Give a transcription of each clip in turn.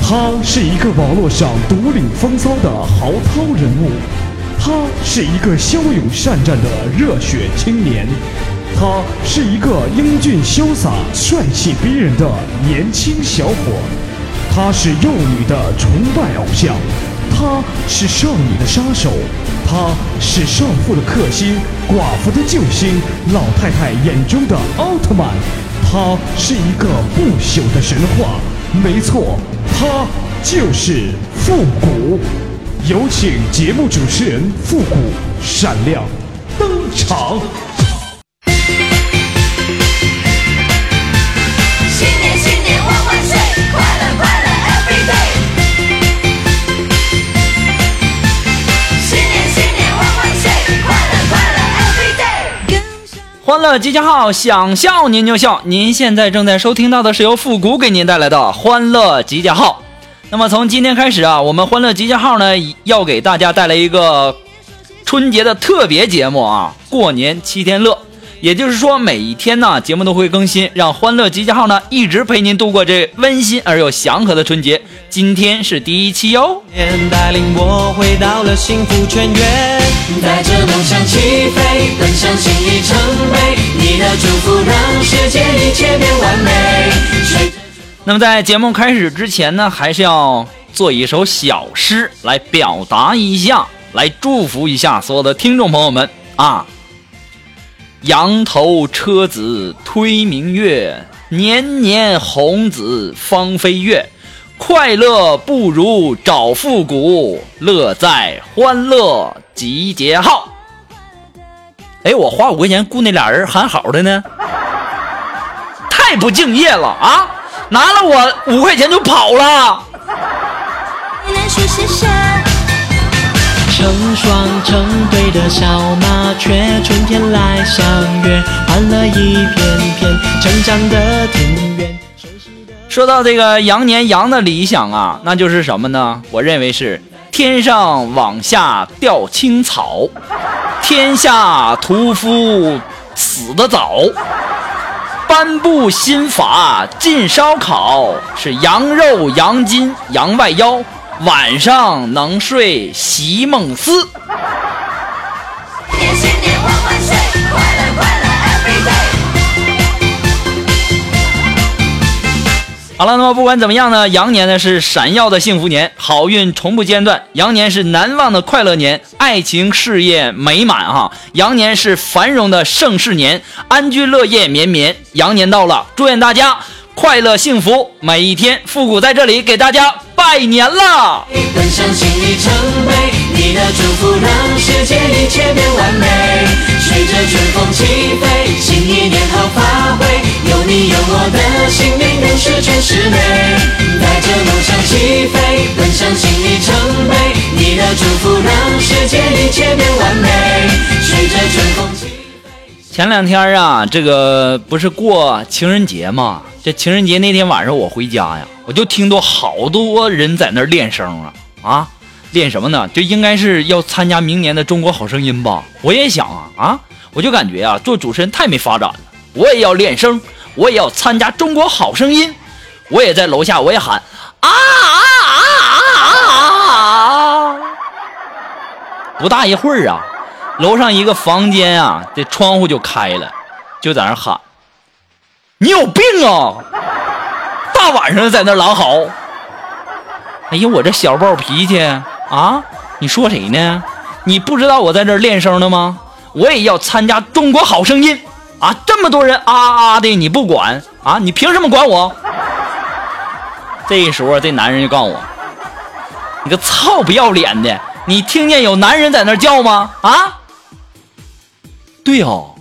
他是一个网络上独领风骚的豪涛人物，他是一个骁勇善战的热血青年，他是一个英俊潇洒、帅气逼人的年轻小伙，他是幼女的崇拜偶像，他是少女的杀手，他是少妇的克星，寡妇的救星，老太太眼中的奥特曼，他是一个不朽的神话。没错，他就是复古。有请节目主持人复古闪亮登场。 新年新年万万岁，快乐快乐 every day。新年新年万万岁，快乐快乐 every day。 欢乐集结号，想笑您就笑。您现在正在收听到的是由复古给您带来的欢乐集结号。那么从今天开始啊，我们欢乐集结号呢要给大家带来一个春节的特别节目啊，过年7天乐。也就是说每一天呢节目都会更新，让欢乐集结号呢一直陪您度过这温馨而又祥和的春节。今天是第1期哦， 带领我回到了幸福泉源，带着梦想起飞，奔向新里程碑，你的祝福让世界一切变完美。 那么在节目开始之前呢，还是要做一首小诗来表达一下，来祝福一下所有的听众朋友们啊。羊头车子推明月，年年红紫芳飞跃，快乐不如找复古，乐在欢乐集结号。哎，我花5块钱雇那俩人喊好的呢，太不敬业了啊！拿了我5块钱就跑了。 成双成对的小麻雀，春天来相约，欢乐一片片成长的庭院。 说到这个羊年羊的理想啊，那就是什么呢？我认为是天上往下掉青草，天下屠夫死得早，颁布新法禁烧烤，是羊肉羊筋羊外腰，晚上能睡席梦思。 新年新年万万岁，快乐快乐 every day。 好了，那么不管怎么样呢，羊年呢是闪耀的幸福年，好运从不间断，羊年是难忘的快乐年，爱情事业美满哈，羊年是繁荣的盛世年，安居乐业绵绵。羊年到了，祝愿大家快乐幸福每一天。复古在这里给大家拜年了， 奔向新里程碑，你的祝福让世界一切变完美，随着春风起飞，新一年好发挥，有你有我的幸运更是全是美，带着梦想起飞，奔向新里程碑，你的祝福让世界一切变完美，随着春风起飞。 前2天啊，这个不是过情人节吗？这情人节那天晚上我回家呀，我就听到好多人在那儿练声啊，练什么呢？就应该是要参加明年的中国好声音吧。我也想我就感觉啊，做主持人太没发展了，我也要练声，我也要参加中国好声音。我也在楼下我也喊不大一会儿啊，楼上一个房间啊，这窗户就开了，就在那喊：“你有病啊！大晚上在那狼嚎！”哎呀，我这小暴脾气啊！你说谁呢？你不知道我在这练声的吗？我也要参加中国好声音啊！这么多人的，你不管啊？你凭什么管我？这时候这男人就告诉我：“你个操不要脸的！你听见有男人在那叫吗？啊？对哦。”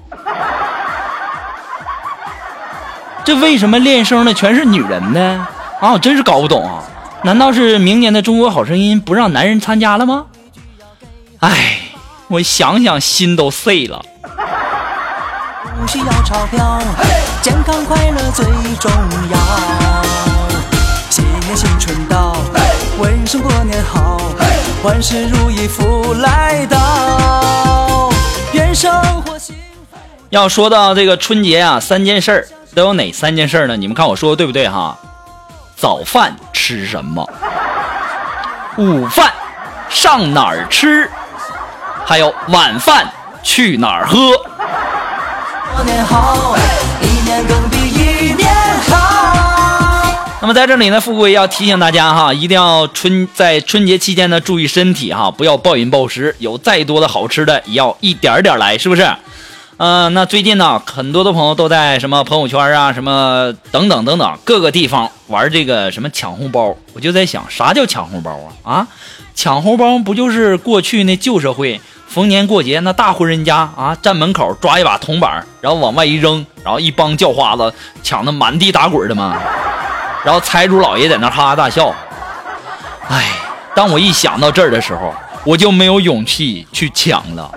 这为什么练声的全是女人呢？我真是搞不懂啊！难道是明年的中国好声音不让男人参加了吗？哎，我想想心都碎了。 不需要钞票，健康快乐最重要。新年新春到，问声过年好，万事如意福来到，愿生活幸福。 要说到这个春节啊，3件事儿都有哪3件事呢？你们看我说的对不对哈？ 早饭吃什么？午饭上哪儿吃？还有晚饭去哪儿喝？ 过年好，一年更比一年好。 那么在这里呢，富贵要提醒大家哈，一定要在春节期间呢注意身体哈，不要暴饮暴食，有再多的好吃的也要一点点来，是不是？那最近呢，很多的朋友都在什么朋友圈啊，什么等等等等各个地方玩这个什么抢红包。我就在想，啥叫抢红包啊？抢红包不就是过去那旧社会逢年过节那大户人家啊，站门口抓一把铜板，然后往外一扔，然后一帮叫花子抢得满地打滚的吗？然后财主老爷在那哈哈大笑。哎，当我一想到这儿的时候，我就没有勇气去抢了。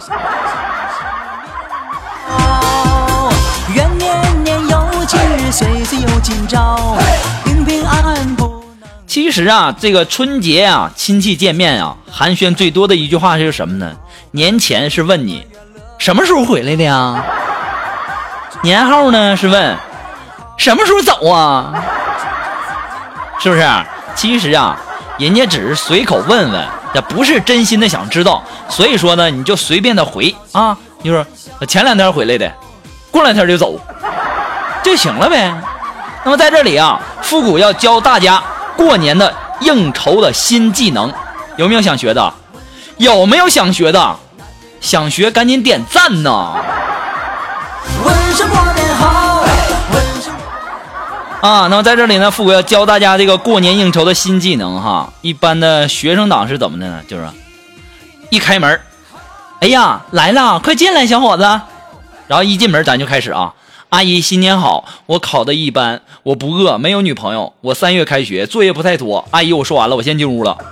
愿年年有今日，岁岁有今朝，平平安安不能。 其实啊，这个春节啊，亲戚见面啊，寒暄最多的一句话是什么呢？年前是问你什么时候回来的呀？年后呢是问什么时候走啊？是不是？其实啊，人家只是随口问问，这不是真心的想知道。所以说呢，你就随便的回啊，你说前2天回来的，过2天就走就行了呗。那么在这里啊，复古要教大家过年的应酬的新技能，有没有想学的？有没有想学的？想学赶紧点赞呢！ 问声过年好，问声啊，那么在这里呢，富贵要教大家这个过年应酬的新技能哈。一般的学生党是怎么的呢？就是一开门，哎呀来了，快进来小伙子。然后一进门咱就开始啊，阿姨新年好，我考的一般，我不饿，没有女朋友，我3月开学，作业不太多。阿姨我说完了，我先进屋了。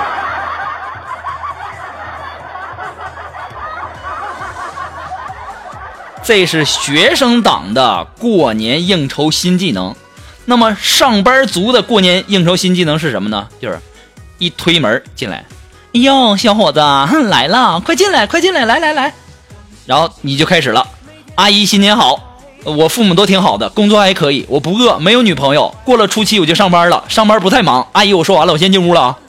这是学生党的过年应酬新技能。那么上班族的过年应酬新技能是什么呢？就是一推门进来，哎呦小伙子来了，快进来快进来，来来来。然后你就开始了，阿姨新年好，我父母都挺好的，工作还可以，我不饿，没有女朋友，过了初7我就上班了，上班不太忙。阿姨我说完了，我先进屋了啊。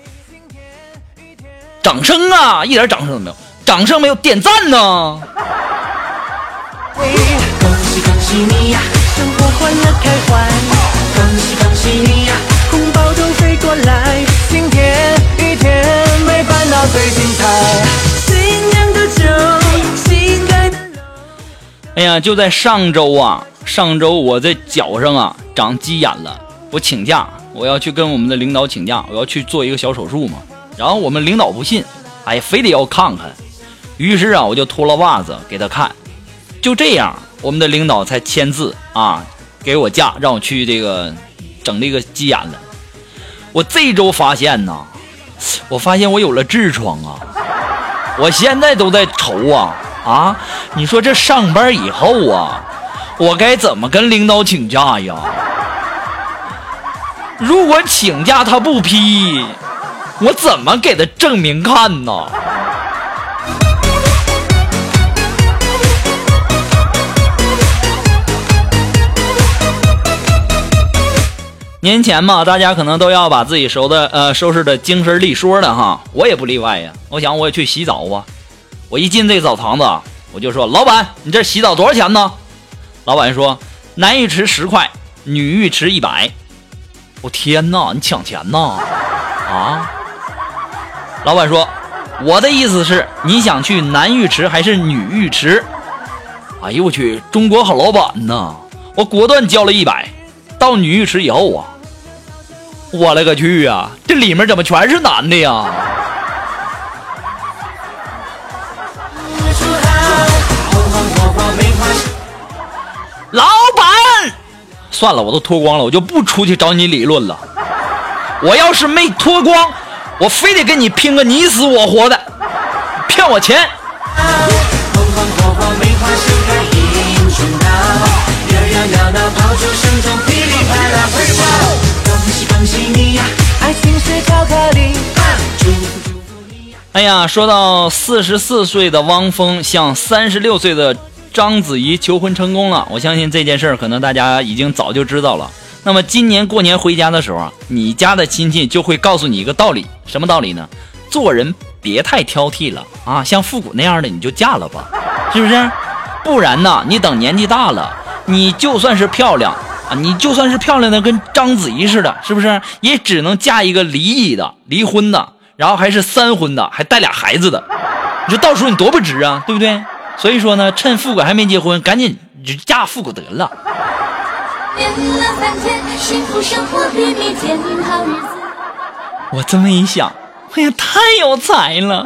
掌声啊，一点掌声都没有，掌声没有，点赞呢。 恭喜恭喜你呀，生活欢乐开怀。恭喜恭喜你呀，红包都飞过来。今天一天没烦恼最精彩。新年的酒，新盖的楼。 哎呀，就在上周我在脚上啊长鸡眼了，我请假，我要去跟我们的领导请假，我要去做一个小手术嘛。然后我们领导不信，哎，非得要看看。于是啊，我就脱了袜子给他看。就这样，我们的领导才签字啊，给我假，让我去这个整这个鸡眼了。我这周发现呢，我发现我有了痔疮啊，我现在都在愁啊，你说这上班以后啊，我该怎么跟领导请假呀？如果请假他不批，我怎么给他证明看呢？年前嘛，大家可能都要把自己收拾的精神利索的哈，我也不例外呀。我想我也去洗澡啊。我一进这澡堂子，我就说：“老板，你这洗澡多少钱呢？”老板说：“男浴池10块，女浴池100。”我天哪，你抢钱呐！啊！老板说：“我的意思是，你想去男浴池还是女浴池？”哎呦我去，中国好老板呐！我果断交了100。到女浴池以后啊，我勒个去啊，这里面怎么全是男的呀？老板，算了，我都脱光了，我就不出去找你理论了。我要是没脱光，我非得跟你拼个你死我活的，骗我钱。哎呀，说到44岁的汪峰向36岁的章子怡求婚成功了，我相信这件事可能大家已经早就知道了。 那么今年过年回家的时候啊，你家的亲戚就会告诉你一个道理，什么道理呢？做人别太挑剔了啊，像复古那样的你就嫁了吧，是不是？不然呢，你等年纪大了，你就算是漂亮啊，你就算是漂亮的跟章子怡似的，是不是？也只能嫁一个离异的、离婚的，然后还是3婚的，还带俩孩子的。你说到时候你多不值啊，对不对？所以说呢，趁复古还没结婚，赶紧就嫁复古得了。我这么一想，哎呀，太有才了。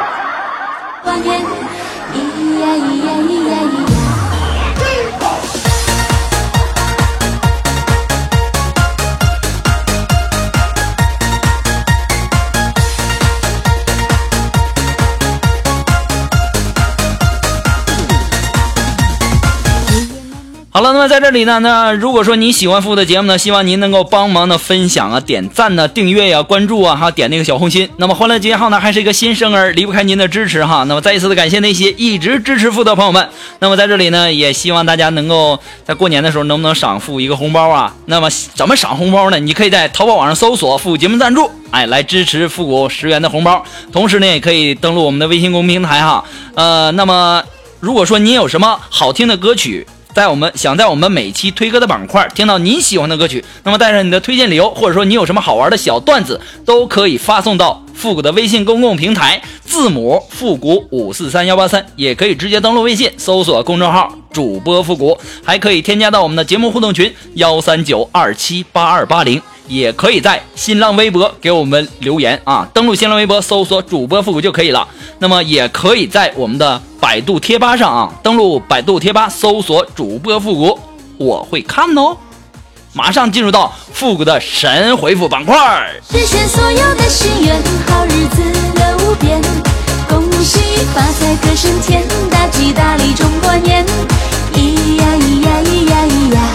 好了，那么在这里呢，那如果说你喜欢复古的节目呢，希望您能够帮忙的分享啊、点赞呢、订阅呀、关注啊，还有点那个小红心。那么欢乐集结号呢，还是一个新生儿，离不开您的支持哈。那么再一次的感谢那些一直支持复古的朋友们。那么在这里呢，也希望大家能够在过年的时候能不能赏复古一个红包啊？那么怎么赏红包呢？你可以在淘宝网上搜索复古节目赞助，哎，来支持复古10元的红包。同时呢，也可以登录我们的微信公众平台哈。那么如果说您有什么好听的歌曲，在我们每期推歌的板块听到您喜欢的歌曲，那么带上你的推荐理由，或者说你有什么好玩的小段子，都可以发送到复古的微信公共平台，字母复古543183，也可以直接登录微信搜索公众号主播复古，还可以添加到我们的节目互动群139278280，也可以在新浪微博给我们留言啊，登录新浪微博搜索主播复古就可以了。那么也可以在我们的百度贴吧上啊，登录百度贴吧搜索主播复古，我会看哦。马上进入到复古的神回复板块， 实现所有的心愿，好日子乐无边，恭喜发财歌声甜，大吉大利中国年，咿呀咿呀咿呀咿呀。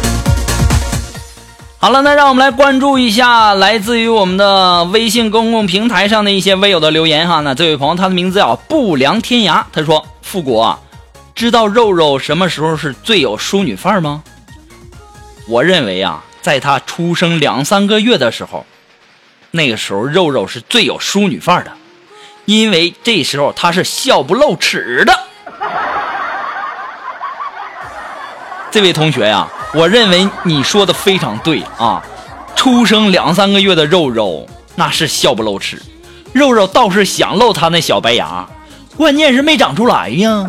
好了，那让我们来关注一下来自于我们的微信公共平台上的一些微友的留言哈。那这位朋友他的名字叫不良天涯，他说：复古啊，知道肉肉什么时候是最有淑女范儿吗？我认为啊，在他出生2-3个月的时候，那个时候肉肉是最有淑女范儿的，因为这时候他是笑不露齿的。这位同学呀，我认为你说的非常对啊，出生2-3个月的肉肉那是笑不露齿，肉肉倒是想露他那小白牙，关键是没长出来呀。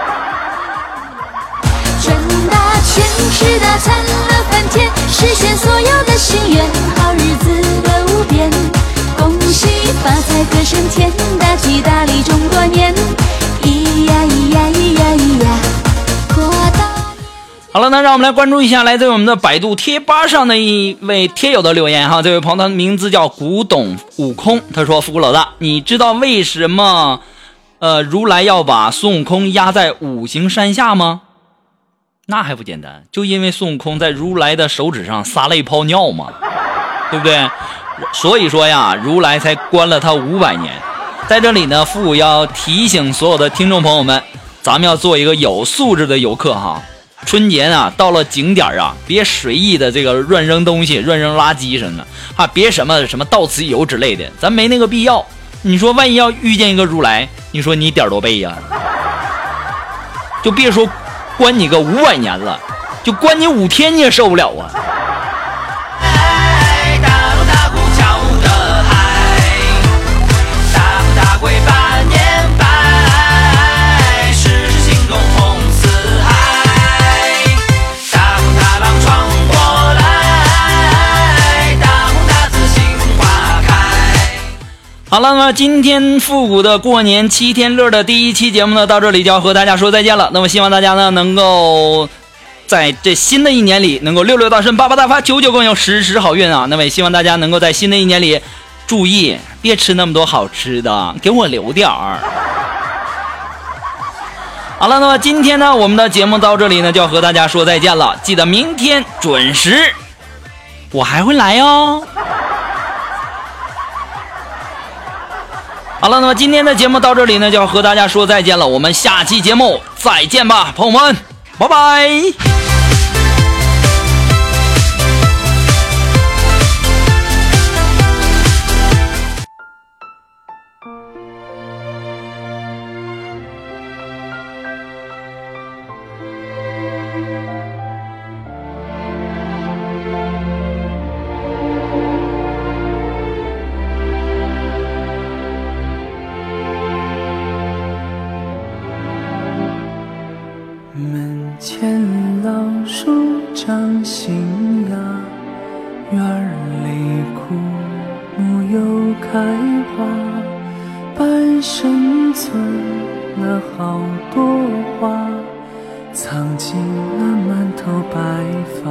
赚大钱吃大餐乐翻天，实现所有的心愿，好日子乐无边，恭喜发财歌声甜，大吉大利中国年，咿呀咿呀咿呀咿呀，过大。 好了，那让我们来关注一下来自于我们的百度贴吧上的一位贴友的留言哈。这位朋友他的名字叫古董悟空，他说：复古老大，你知道为什么如来要把孙悟空压在五行山下吗？那还不简单，就因为孙悟空在如来的手指上撒了一泡尿嘛，对不对？所以说呀，如来才关了他500年。在这里呢，复古要提醒所有的听众朋友们，咱们要做一个有素质的游客哈。春节啊，到了景点啊，别随意的这个乱扔东西、乱扔垃圾什么的啊，别什么到此一游之类的，咱没那个必要。你说万一要遇见一个如来，你说你点多背呀？就别说关你个500年了，就关你5天你也受不了啊！ 大锣大鼓敲着嗨，大富大贵百年拜，世事兴隆红四海，大风大浪闯过来，大红大紫杏花开。 好了，那么今天复古的过年7天乐的第1期节目呢，到这里就要和大家说再见了。那么希望大家呢能够在这新的一年里能够六六大顺、八八大发、九九更有、时时好运啊！那么也希望大家能够在新的一年里注意，别吃那么多好吃的，给我留点儿。好了，那么今天呢，我们的节目到这里呢就要和大家说再见了。记得明天准时，我还会来哦。好了，那么今天的节目到这里呢就要和大家说再见了。我们下期节目再见吧，朋友们，拜拜。 老树长新芽，院儿里枯木又开花，半生存了好多话，藏进了满头白发。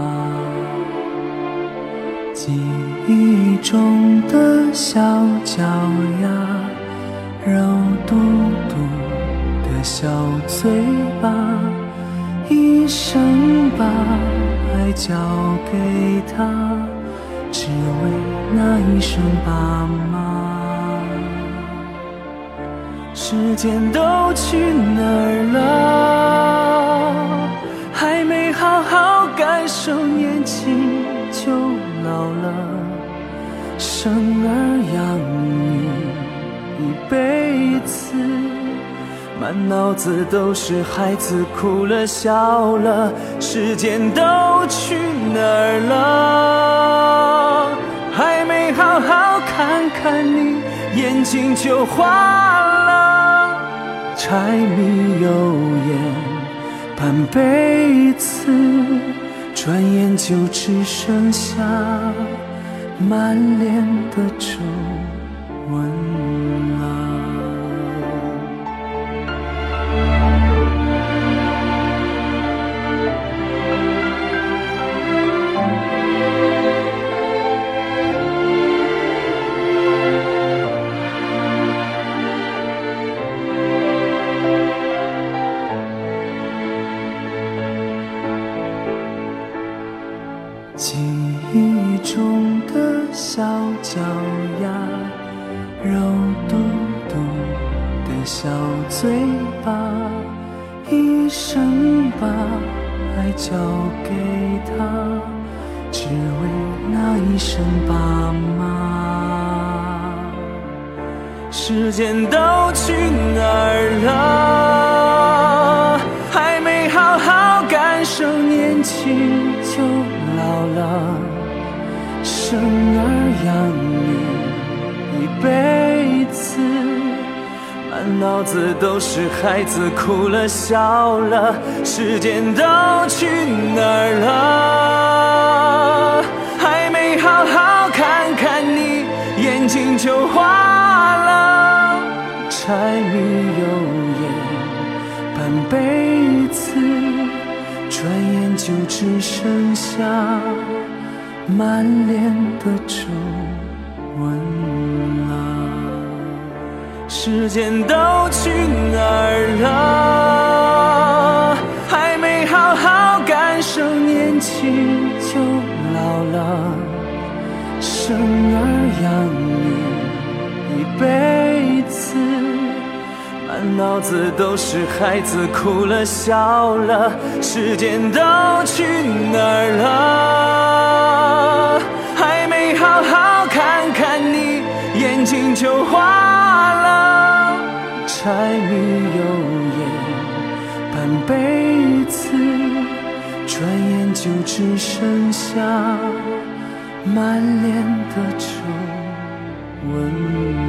记忆中的小脚丫，肉嘟嘟的小嘴巴，一生把爱交给他，只为那一声爸妈。时间都去哪儿了？还没好好感受年轻就老了，生儿养女一辈子，满脑子都是孩子哭了笑了。时间都去哪儿了？还没好好看看你，眼睛就花了。柴米油盐半辈子，转眼就只剩下满脸的皱纹了。记忆中的小脚丫，肉嘟嘟的小嘴巴，一生把爱交给他，只为那一声爸妈。时间都去哪儿了？还没好好感受年轻就老了，生儿养女一辈子，满脑子都是孩子哭了笑了。时间都去哪儿了？还没好好看看你，眼睛就花了。柴米油盐半辈子，转眼就只剩下满脸的皱纹了。时间都去哪儿了？还没好好感受年轻就老了，生儿养女一辈子，满脑子都是孩子哭了笑了。时间都去哪儿了？还没好好看看你，眼睛就花了。柴米油盐半辈子，转眼就只剩下满脸的皱纹。